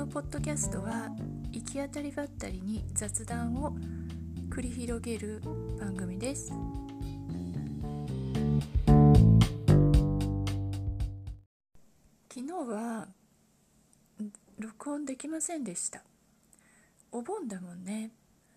ポッドキャストは行き当たりばったりに雑談を繰り広げる番組です。昨日は録音できませんでした。お盆だもんね。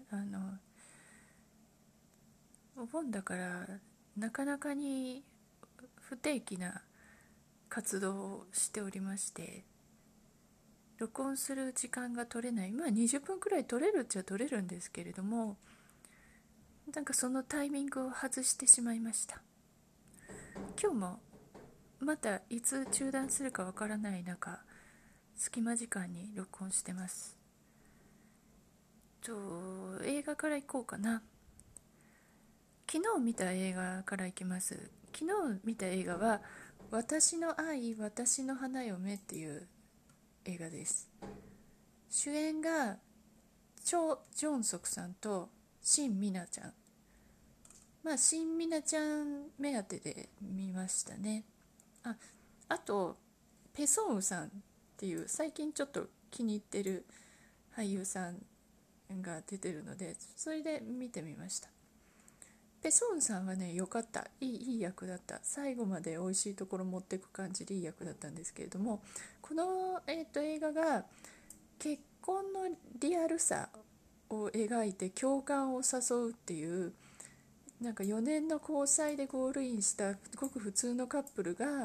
お盆だからなかなかに不定期な活動をしておりまして、録音する時間が取れない。20分くらい取れるっちゃ取れるんですけれども、なんかそのタイミングを外してしまいました。今日もまたいつ中断するかわからない中、隙間時間に録音してます。映画から行こうかな。昨日見た映画から行きます。昨日見た映画は私の愛、私の花嫁っていう映画です。主演がチョ・ジョンソクさんとシン・ミナちゃん。シン・ミナちゃん目当てで見ましたね。あとペ・ソンウさんっていう最近ちょっと気に入ってる俳優さんが出てるので、それで見てみました。ペ・ソンウさんはね、良かった。いい役だった。最後まで美味しいところ持っていく感じでいい役だったんですけれども、この、映画が結婚のリアルさを描いて共感を誘うっていう、なんか4年の交際でゴールインしたごく普通のカップルが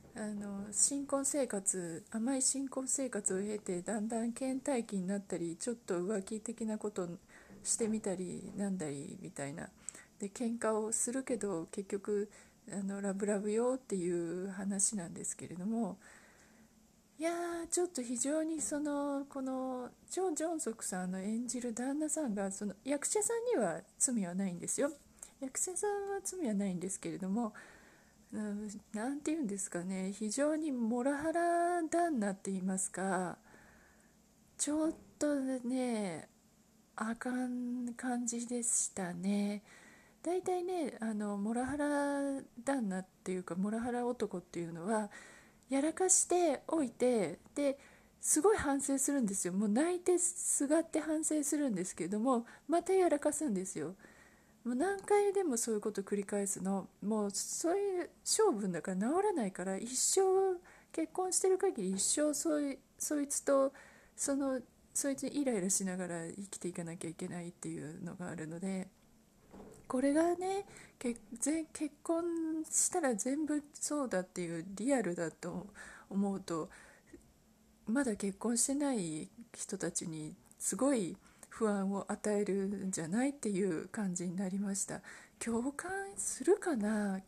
甘い新婚生活を経て、だんだん倦怠期になったり、ちょっと浮気的なことをしてみたりなんだりみたいなで、喧嘩をするけど結局ラブラブよっていう話なんですけれども、いやちょっと非常にこのジョン・ジョンソクさんの演じる旦那さんが、その役者さんには罪はないんですよ。役者さんは罪はないんですけれども、なんていうんですかね、非常にモラハラ旦那って言いますか、ちょっとね、あかん感じでしたね。大体ね、モラハラ旦那っていうかモラハラ男っていうのはやらかしておいて、ですごい反省するんですよ。もう泣いてすがって反省するんですけども、またやらかすんですよ。もう何回でもそういうことを繰り返すの。もうそういう性分だから治らないから、一生結婚してる限り一生そいつとそいつにイライラしながら生きていかなきゃいけないっていうのがあるので、これがね、結婚したら全部そうだっていうリアルだと思うと、まだ結婚してない人たちにすごい不安を与えるんじゃないっていう感じになりました。共感するかな、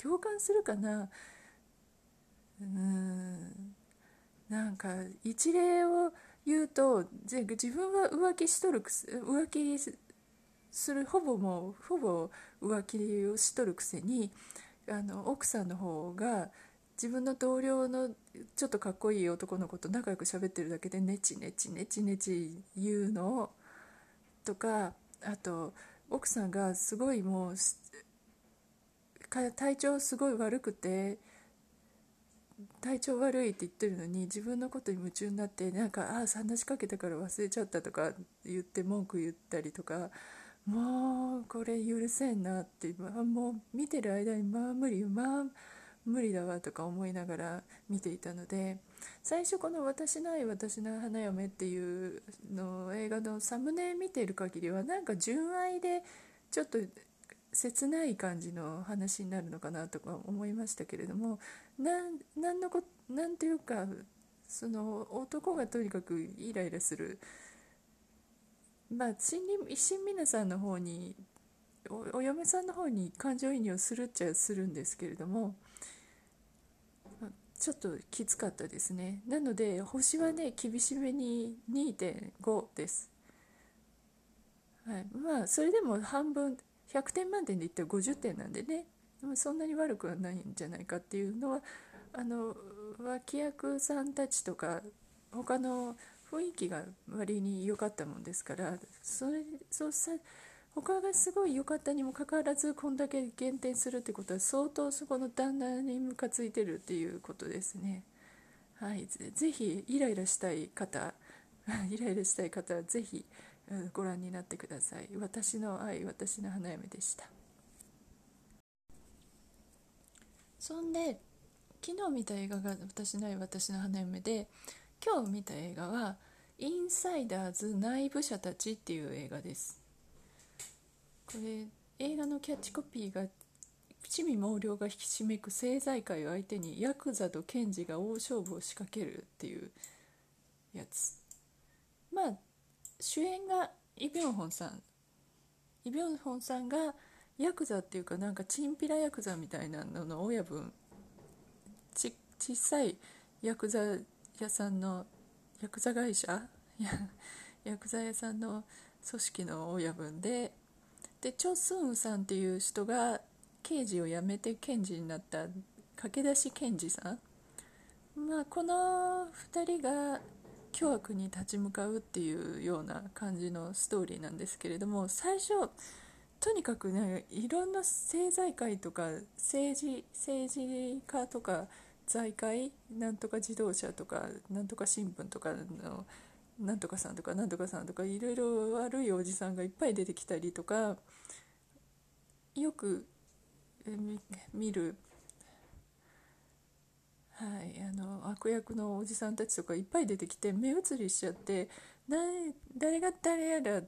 なんか一例を言うと、自分は浮気するほぼ浮気をしとるくせに、奥さんの方が自分の同僚のちょっとかっこいい男の子と仲良く喋ってるだけでネチネチネチネチ言うのとか、あと奥さんがすごいもう体調すごい悪くて、体調悪いって言ってるのに自分のことに夢中になって、なんか話しかけたから忘れちゃったとか言って文句言ったりとか、もうこれ許せんなって、もう見てる間に無理だわとか思いながら見ていたので、最初この私の愛、私の花嫁っていうの映画のサムネ見ている限りは、なんか純愛でちょっと切ない感じの話になるのかなとか思いましたけれども、なんていうか、その男がとにかくイライラする、新皆さんの方にお嫁さんの方に感情移入するっちゃするんですけれども、ちょっときつかったですね。なので星はね、厳しめに2.5です。はい、それでも半分、100点満点で言ったら50点なんでね、そんなに悪くはないんじゃないかっていうのは、脇役さんたちとか他の雰囲気が割に良かったもんですから、そうさ他がすごい良かったにもかかわらず、こんだけ減点するってことは相当そこの旦那にムカついてるっていうことですね。はい、ぜひイライラしたい方、 イライラしたい方はぜひご覧になってください。私の愛、私の花嫁でした。そんで昨日見た映画が私の愛、私の花嫁で、今日見た映画はインサイダーズ内部者たちっていう映画です。これ映画のキャッチコピーが七味猛量がひしめく政財界を相手にヤクザと検事が大勝負を仕掛けるっていうやつ。まあ主演がイ・ビョンホンさん。イ・ビョンホンさんがヤクザっていうか、なんかチンピラヤクザみたいなのの親分、小さいヤクザ屋さんのヤクザ会社ヤクザ屋さんの組織の親分で、チョ・スンウさんっていう人が刑事を辞めて検事になった駆け出し検事さん。この2人が巨悪に立ち向かうっていうような感じのストーリーなんですけれども、最初とにかくね、いろんな政財界とか政治家とか財界、なんとか自動車とかなんとか新聞とかのなんとかさんとかなんとかさんとか、いろいろ悪いおじさんがいっぱい出てきたりとか、よく見る、悪役のおじさんたちとかいっぱい出てきて目移りしちゃって、誰が誰やら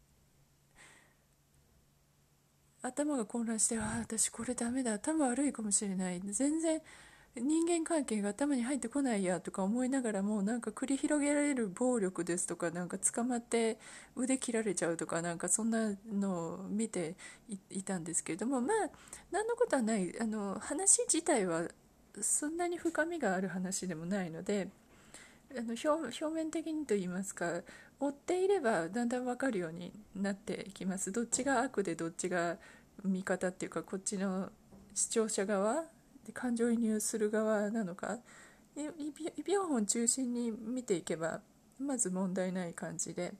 頭が混乱して、私これダメだ、頭悪いかもしれない、全然人間関係が頭に入ってこないやとか思いながらも、なんか繰り広げられる暴力ですとか、なんか捕まって腕切られちゃうとか、なんかそんなのを見ていたんですけれども、何のことはない。話自体はそんなに深みがある話でもないので、表面的にと言いますか、追っていればだんだん分かるようになってきます。どっちが悪でどっちが味方っていうか、こっちの視聴者側で感情移入する側なのか、イ・ビョンホン中心に見ていけばまず問題ない感じで、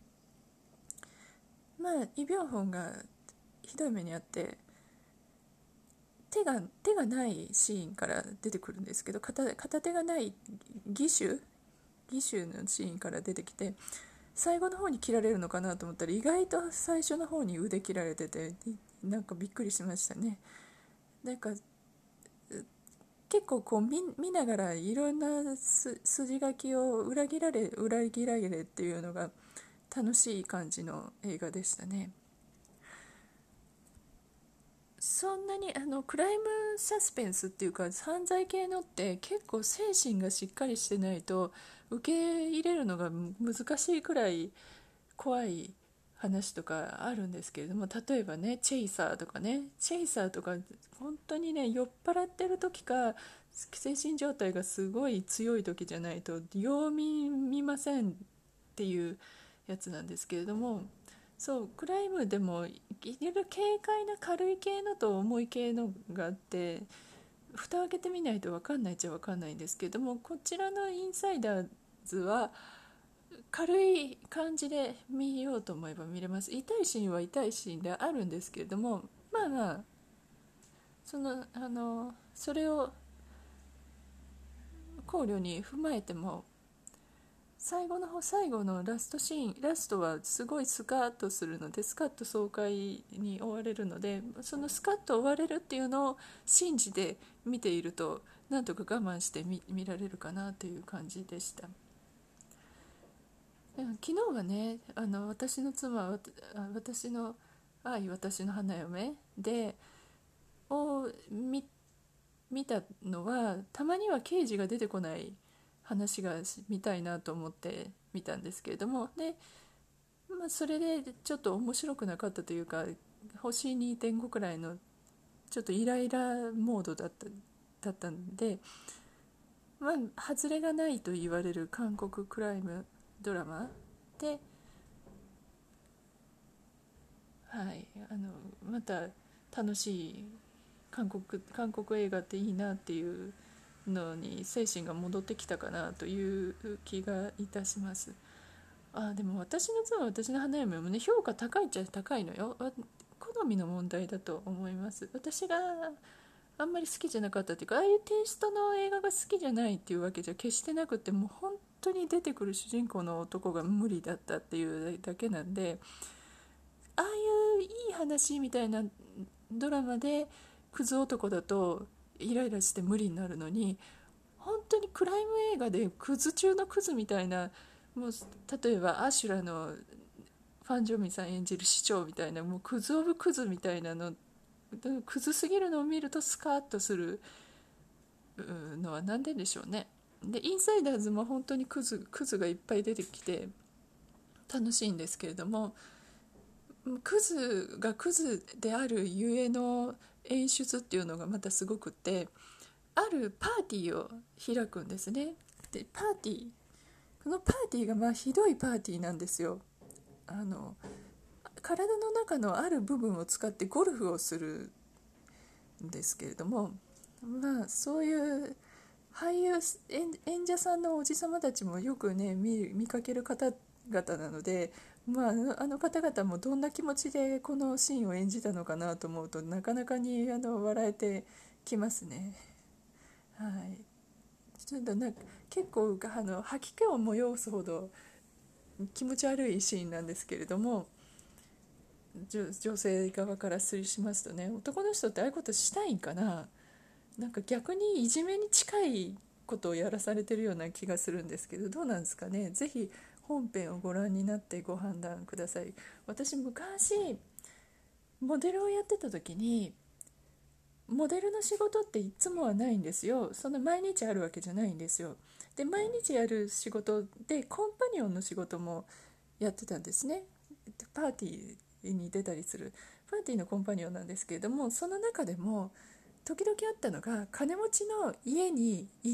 イ・ビョンホンがひどい目にあって手がないシーンから出てくるんですけど、片手がない義手のシーンから出てきて、最後の方に切られるのかなと思ったら意外と最初の方に腕切られてて、なんかびっくりしましたね。なんか結構こう見ながらいろんな筋書きを裏切られっていうのが楽しい感じの映画でしたね。そんなにクライムサスペンスっていうか犯罪系のって結構精神がしっかりしてないと受け入れるのが難しいくらい怖い話とかあるんですけれども、例えばね、チェイサーとか本当にね、酔っ払ってる時か精神状態がすごい強い時じゃないとよう見ませんっていうやつなんですけれども、そうクライムでもいろいろ軽快な軽い系のと重い系のがあって、蓋を開けてみないと分かんないっちゃ分かんないんですけれども、こちらのインサイダーズは軽い感じで見ようと思えば見れます。痛いシーンは痛いシーンであるんですけれども、それを考慮に踏まえても、最後のラストシーン、ラストはすごいスカッとするので、スカッと爽快に終われるので、そのスカッと終われるっていうのを信じて見ていると、なんとか我慢して見られるかなという感じでした。昨日はね、私の妻、私の愛、私の花嫁でを見たのは、たまには刑事が出てこない話が見たいなと思って見たんですけれども、で、それでちょっと面白くなかったというか、星2.5くらいのちょっとイライラモードだったんで、外れがないと言われる韓国クライムドラマで、また楽しい韓国映画っていいなっていうのに精神が戻ってきたかなという気がいたします。でも私の妻、私の花嫁もね、評価高いっちゃ高いのよ。好みの問題だと思います。私があんまり好きじゃなかったっていうか、ああいうテイストの映画が好きじゃないっていうわけじゃ決してなくて、もう本当に出てくる主人公の男が無理だったっていうだけなんで、ああいういい話みたいなドラマでクズ男だとイライラして無理になるのに、本当にクライム映画でクズ中のクズみたいな、もう例えばアシュラのファン・ジョミさん演じる市長みたいな、もうクズオブクズみたいなの、クズすぎるのを見るとスカッとするのはなんででしょうね。でインサイダーズも本当にクズがいっぱい出てきて楽しいんですけれども、クズがクズであるゆえの演出っていうのがまたすごくって、あるパーティーを開くんですね。でこのパーティーがひどいパーティーなんですよ。体の中のある部分を使ってゴルフをするんですけれども、そういう俳優演者さんのおじさまたちもよくね見かける方々なので、あの方々もどんな気持ちでこのシーンを演じたのかなと思うと、なかなかに笑えてきますね。はい、ちょっと結構吐き気を催すほど気持ち悪いシーンなんですけれども、女性側からしますとね、男の人ってああいうことしたいんかな、なんか逆にいじめに近いことをやらされてるような気がするんですけど、どうなんですかね。ぜひ本編をご覧になってご判断ください。私昔モデルをやってた時に、モデルの仕事っていつもはないんですよ。そんな毎日あるわけじゃないんですよ。で毎日やる仕事でコンパニオンの仕事もやってたんですね。パーティーに出たりするパーティーのコンパニオンなんですけれども、その中でも時々あったのが、金持ちの家に行って、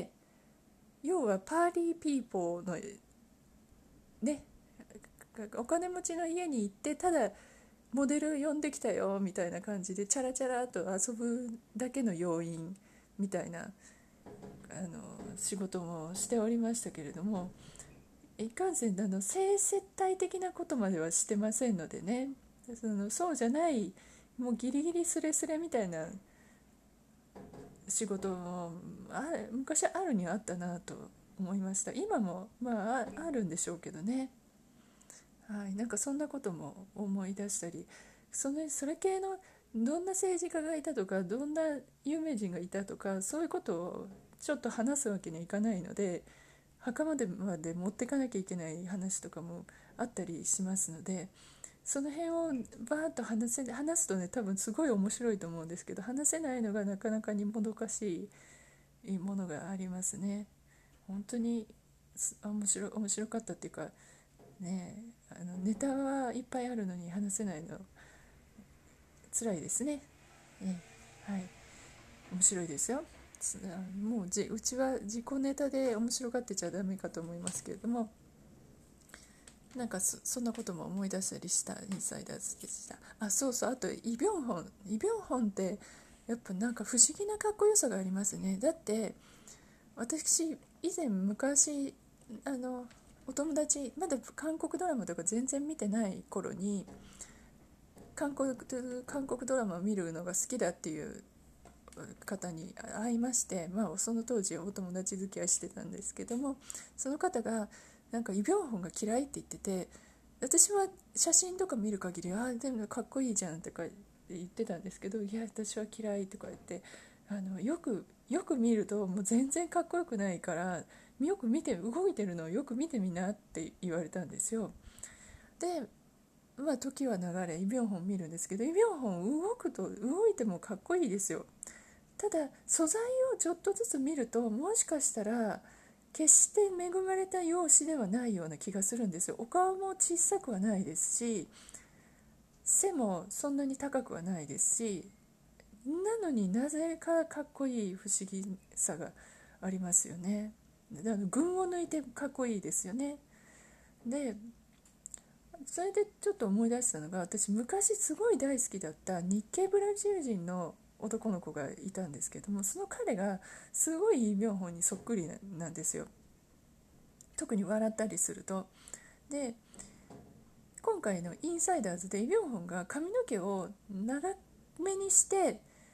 要はパーリーピーポーのね、お金持ちの家に行って、ただモデル呼んできたよみたいな感じでチャラチャラと遊ぶだけの要員みたいな仕事もしておりましたけれども、いかんせん性接待的なことまではしてませんのでね、そうじゃないもうギリギリスレスレみたいな仕事も昔あるにはあったなと思いました。今もあるんでしょうけどね。はい、なんかそんなことも思い出したり、それ系のどんな政治家がいたとか、どんな有名人がいたとか、そういうことをちょっと話すわけにはいかないので、墓まで持っていかなきゃいけない話とかもあったりしますので、その辺をバーッと話すとね、多分すごい面白いと思うんですけど、話せないのがなかなかにもどかしいものがありますね。本当に面白かったっていうかね、ネタはいっぱいあるのに話せないの辛いですね。はい、面白いですよ。もううちは自己ネタで面白がってちゃダメかと思いますけれども、なんかそんなことも思い出したりしたインサイダーズでした。そうそう、あとイ・ビョンホンってやっぱなんか不思議なかっこよさがありますね。だって私昔お友達まだ韓国ドラマとか全然見てない頃に韓国ドラマを見るのが好きだっていう方に会いまして、その当時お友達付き合いしてたんですけども、その方がなんかイ・ビョンホンが嫌いって言ってて、私は写真とか見る限りでもかっこいいじゃんとか言ってたんですけど、いや私は嫌いとか言って、よく見るともう全然かっこよくないから、よく見て動いてるのをよく見てみなって言われたんですよ。で時は流れイ・ビョンホン見るんですけど、イ・ビョンホン動いてもかっこいいですよ。ただ素材をちょっとずつ見ると、もしかしたら決して恵まれた容姿ではないような気がするんですよ。お顔も小さくはないですし、背もそんなに高くはないですし、なのになぜかかっこいい不思議さがありますよね。群を抜いてかっこいいですよね。でそれでちょっと思い出したのが、私昔すごい大好きだった日系ブラジル人の男の子がいたんですけども、その彼がすごいイ・ビョンホンにそっくりなんですよ。特に笑ったりすると。で今回のインサイダーズでイ・ビョンホンが髪の毛を長めにして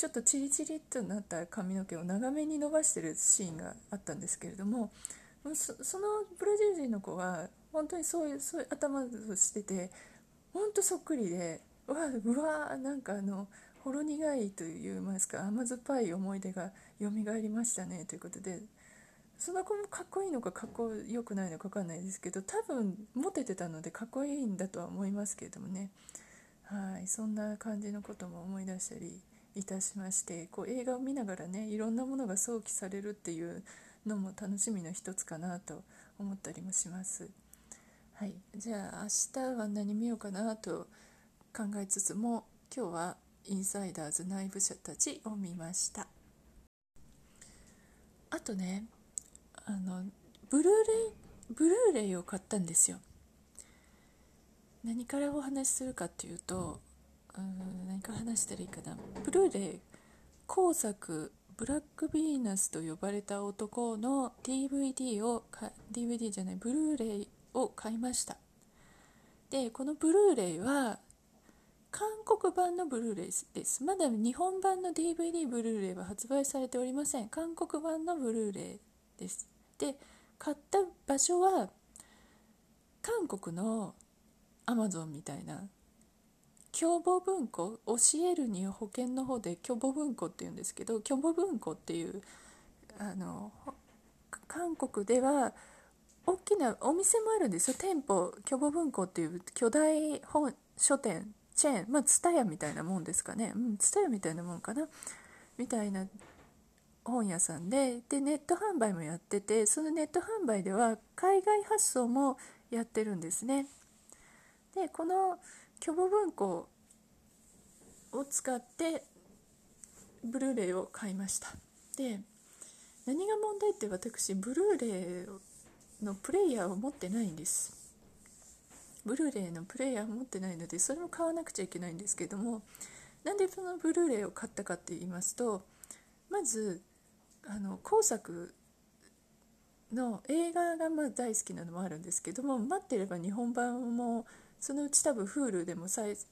ちょっとチリチリっとなった髪の毛を長めに伸ばしてるシーンがあったんですけれども、そのブラジル人の子は本当にそういう頭をしてて、本当そっくりで、なんかほろ苦いといいますか、甘酸っぱい思い出が蘇りましたねということで、その子もかっこいいのかかっこよくないのか分かんないですけど、多分モテてたのでかっこいいんだとは思いますけれどもね。はい、そんな感じのことも思い出したりいたしまして、こう映画を見ながらね、いろんなものが想起されるっていうのも楽しみの一つかなと思ったりもします。はい、じゃあ明日は何見ようかなと考えつつも、今日はインサイダーズ内部者たちを見ました。あとね、ブルーレイを買ったんですよ。何からお話しするかっていうと、何から話したらいいかな。ブルーレイ後作ブラックヴィーナスと呼ばれた男の DVD じゃない、ブルーレイを買いました。でこのブルーレイは韓国版のブルーレイです。まだ日本版の DVD ブルーレイは発売されておりません。韓国版のブルーレイです。で買った場所は韓国のアマゾンみたいな教母文庫、教えるに保険の方で教母文庫っていうんですけど、教母文庫っていう韓国では大きなお店もあるんですよ。店舗、教母文庫っていう巨大本書店チェーン、ツタヤみたいなもんですかね、ツタヤみたいなもんかなみたいな本屋さんで、ネット販売もやってて、そのネット販売では海外発送もやってるんですね。でこの教母文庫を使ってブルーレイを買いました。で何が問題って、私ブルーレイのプレイヤーを持ってないんです。ブルーレイのプレイヤーを持ってないので、それも買わなくちゃいけないんですけども、なんでそのブルーレイを買ったかって言いますと、まず後作の映画が大好きなのもあるんですけども、待ってれば日本版もそのうち多分 Hulu でも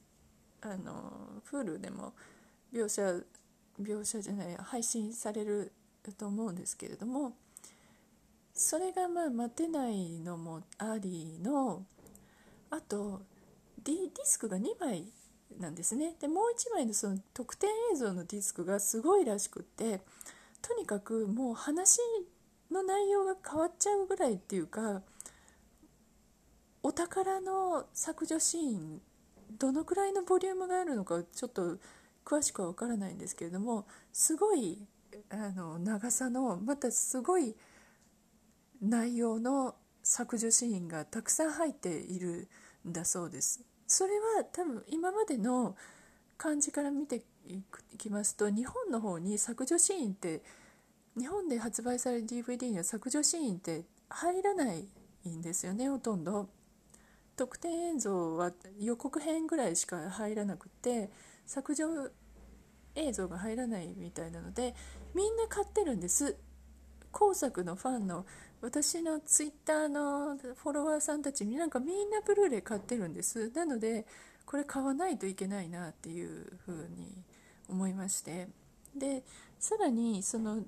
Hulu でも描写じゃない配信されると思うんですけれども、それが待てないのもありの、あとディスクが2枚なんですね。でもう1枚のその特典映像のディスクがすごいらしくって、とにかくもう話の内容が変わっちゃうぐらいっていうか、お宝の削除シーンどのくらいのボリュームがあるのかちょっと詳しくは分からないんですけれども、すごい長さのまたすごい内容の削除シーンがたくさん入っているんだそうです。それは多分今までの感じから見ていきますと、日本の方に削除シーンって、日本で発売される DVD には削除シーンって入らないんですよね。ほとんど特典映像は予告編ぐらいしか入らなくて、削除映像が入らないみたいなので、みんな買ってるんです。後作のファンの私のツイッターのフォロワーさんたちなんかみんなブルーレイ買ってるんです。なのでこれ買わないといけないなっていうふうに思いまして、でさらにその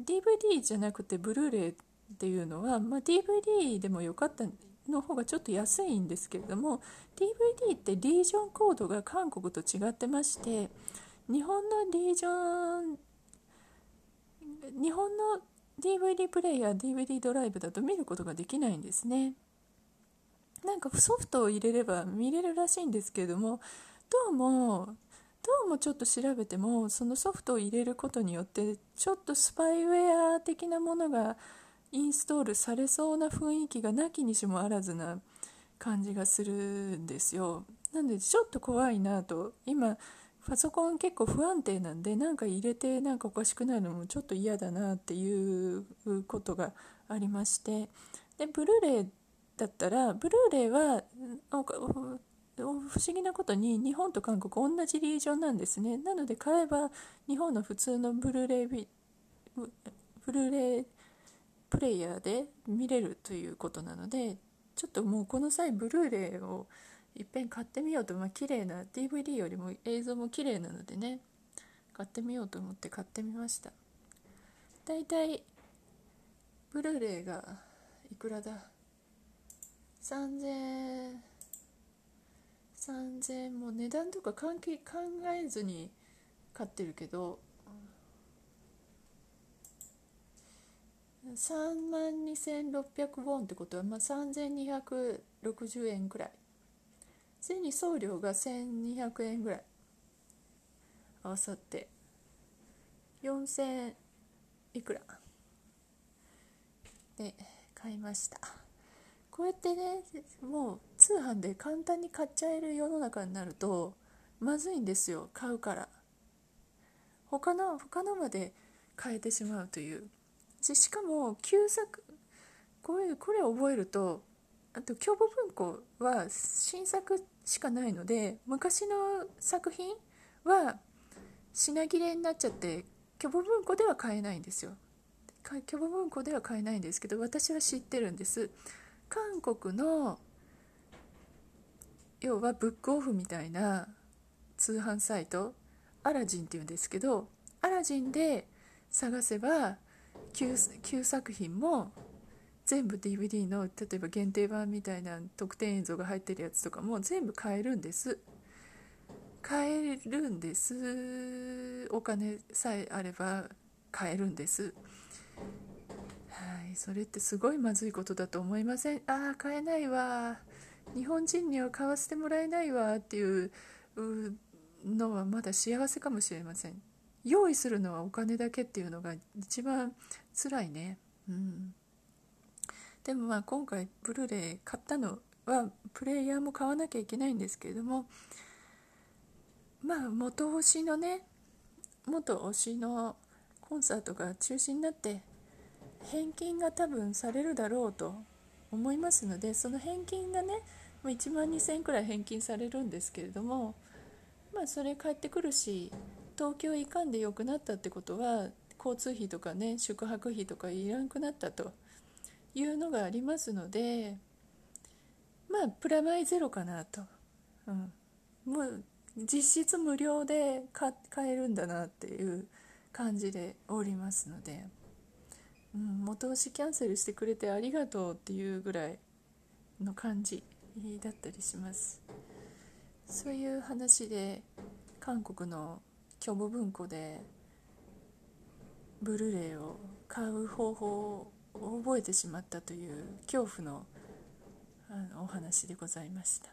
DVD じゃなくてブルーレイっていうのは、DVD でもよかったの方がちょっと安いんですけれども、 DVD ってリージョンコードが韓国と違ってまして、日本のリージョン日本の DVD プレイヤー DVD ドライブだと見ることができないんですね。なんかソフトを入れれば見れるらしいんですけれども、どうもちょっと調べても、そのソフトを入れることによってちょっとスパイウェア的なものがインストールされそうな雰囲気がなきにしもあらずな感じがするんですよ。なのでちょっと怖いなと。今パソコン結構不安定なんで、なんか入れてなんかおかしくなるのもちょっと嫌だなっていうことがありまして、でブルーレイだったら、ブルーレイは不思議なことに日本と韓国同じリージョンなんですね。なので買えば日本の普通のブルーレイプレイヤーで見れるということなので、ちょっともうこの際ブルーレイをいっぺん買ってみようと、綺麗な DVD よりも映像も綺麗なのでね、 買ってみようと思って買ってみました。だいたいブルーレイがいくらだ、3000円、もう値段とか考えずに買ってるけど、32,600ウォンってことは、3260円くらい。それに送料が1200円ぐらい合わさって4000いくらで買いました。こうやってね、もう通販で簡単に買っちゃえる世の中になるとまずいんですよ、買うから。他のまで変えてしまうという。しかも旧作、これ覚えると、あと教母文庫は新作しかないので、昔の作品は品切れになっちゃって教母文庫では買えないんですよ。教母文庫では買えないんですけど、私は知ってるんです。韓国の要はブックオフみたいな通販サイト、アラジンっていうんですけど、アラジンで探せば旧作品も全部 DVD の、例えば限定版みたいな特典映像が入ってるやつとかも全部買えるんです。お金さえあれば買えるんです。はい、それってすごいまずいことだと思いません？買えないわ、日本人には買わせてもらえないわっていうのはまだ幸せかもしれません。用意するのはお金だけっていうのが一番辛いね。でも今回ブルーレイ買ったのはプレイヤーも買わなきゃいけないんですけれども、元推しのコンサートが中止になって返金が多分されるだろうと思いますので、その返金がね、1万2000円くらい返金されるんですけれども、それ返ってくるし、東京行かんでよくなったってことは交通費とかね、宿泊費とかいらなくなったというのがありますので、プラマイゼロかなと、もう実質無料で買えるんだなっていう感じでおりますので、元押しキャンセルしてくれてありがとうっていうぐらいの感じだったりします。そういう話で、韓国の教母文庫でブルーレイを買う方法を覚えてしまったという恐怖のお話でございました。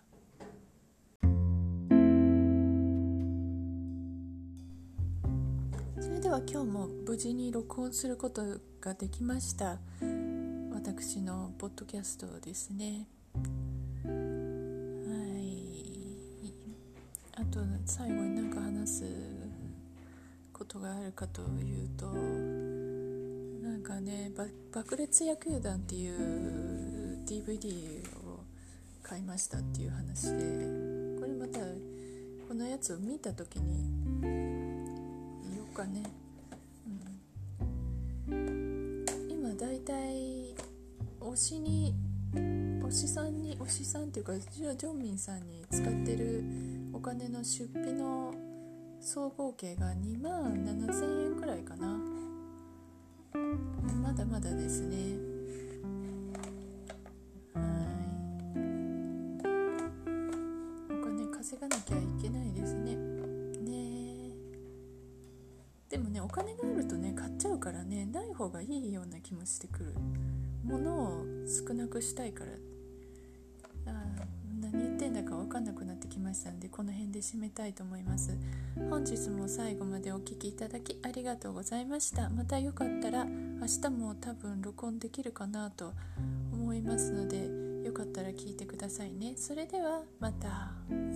それでは今日も無事に録音することができました。私のポッドキャストですね。あと最後に何か話すことがあるかというと、爆裂野球団っていう DVD を買いましたっていう話で、これまたこのやつを見た時に言おうかね。今だいたい推しさんっていうかジョンミンさんに使ってるお金の出費の総合計が27,000円くらいかな。まだまだですね。お金稼がなきゃいけないですね。でもね、お金があるとね、買っちゃうからね、ない方がいいような気もしてくる。物を少なくしたいから。何言ってんだか分かんなくなってきましたので、この辺で締めたいと思います。本日も最後までお聞きいただきありがとうございました。またよかったら明日も多分録音できるかなと思いますので、よかったら聞いてくださいね。それではまた。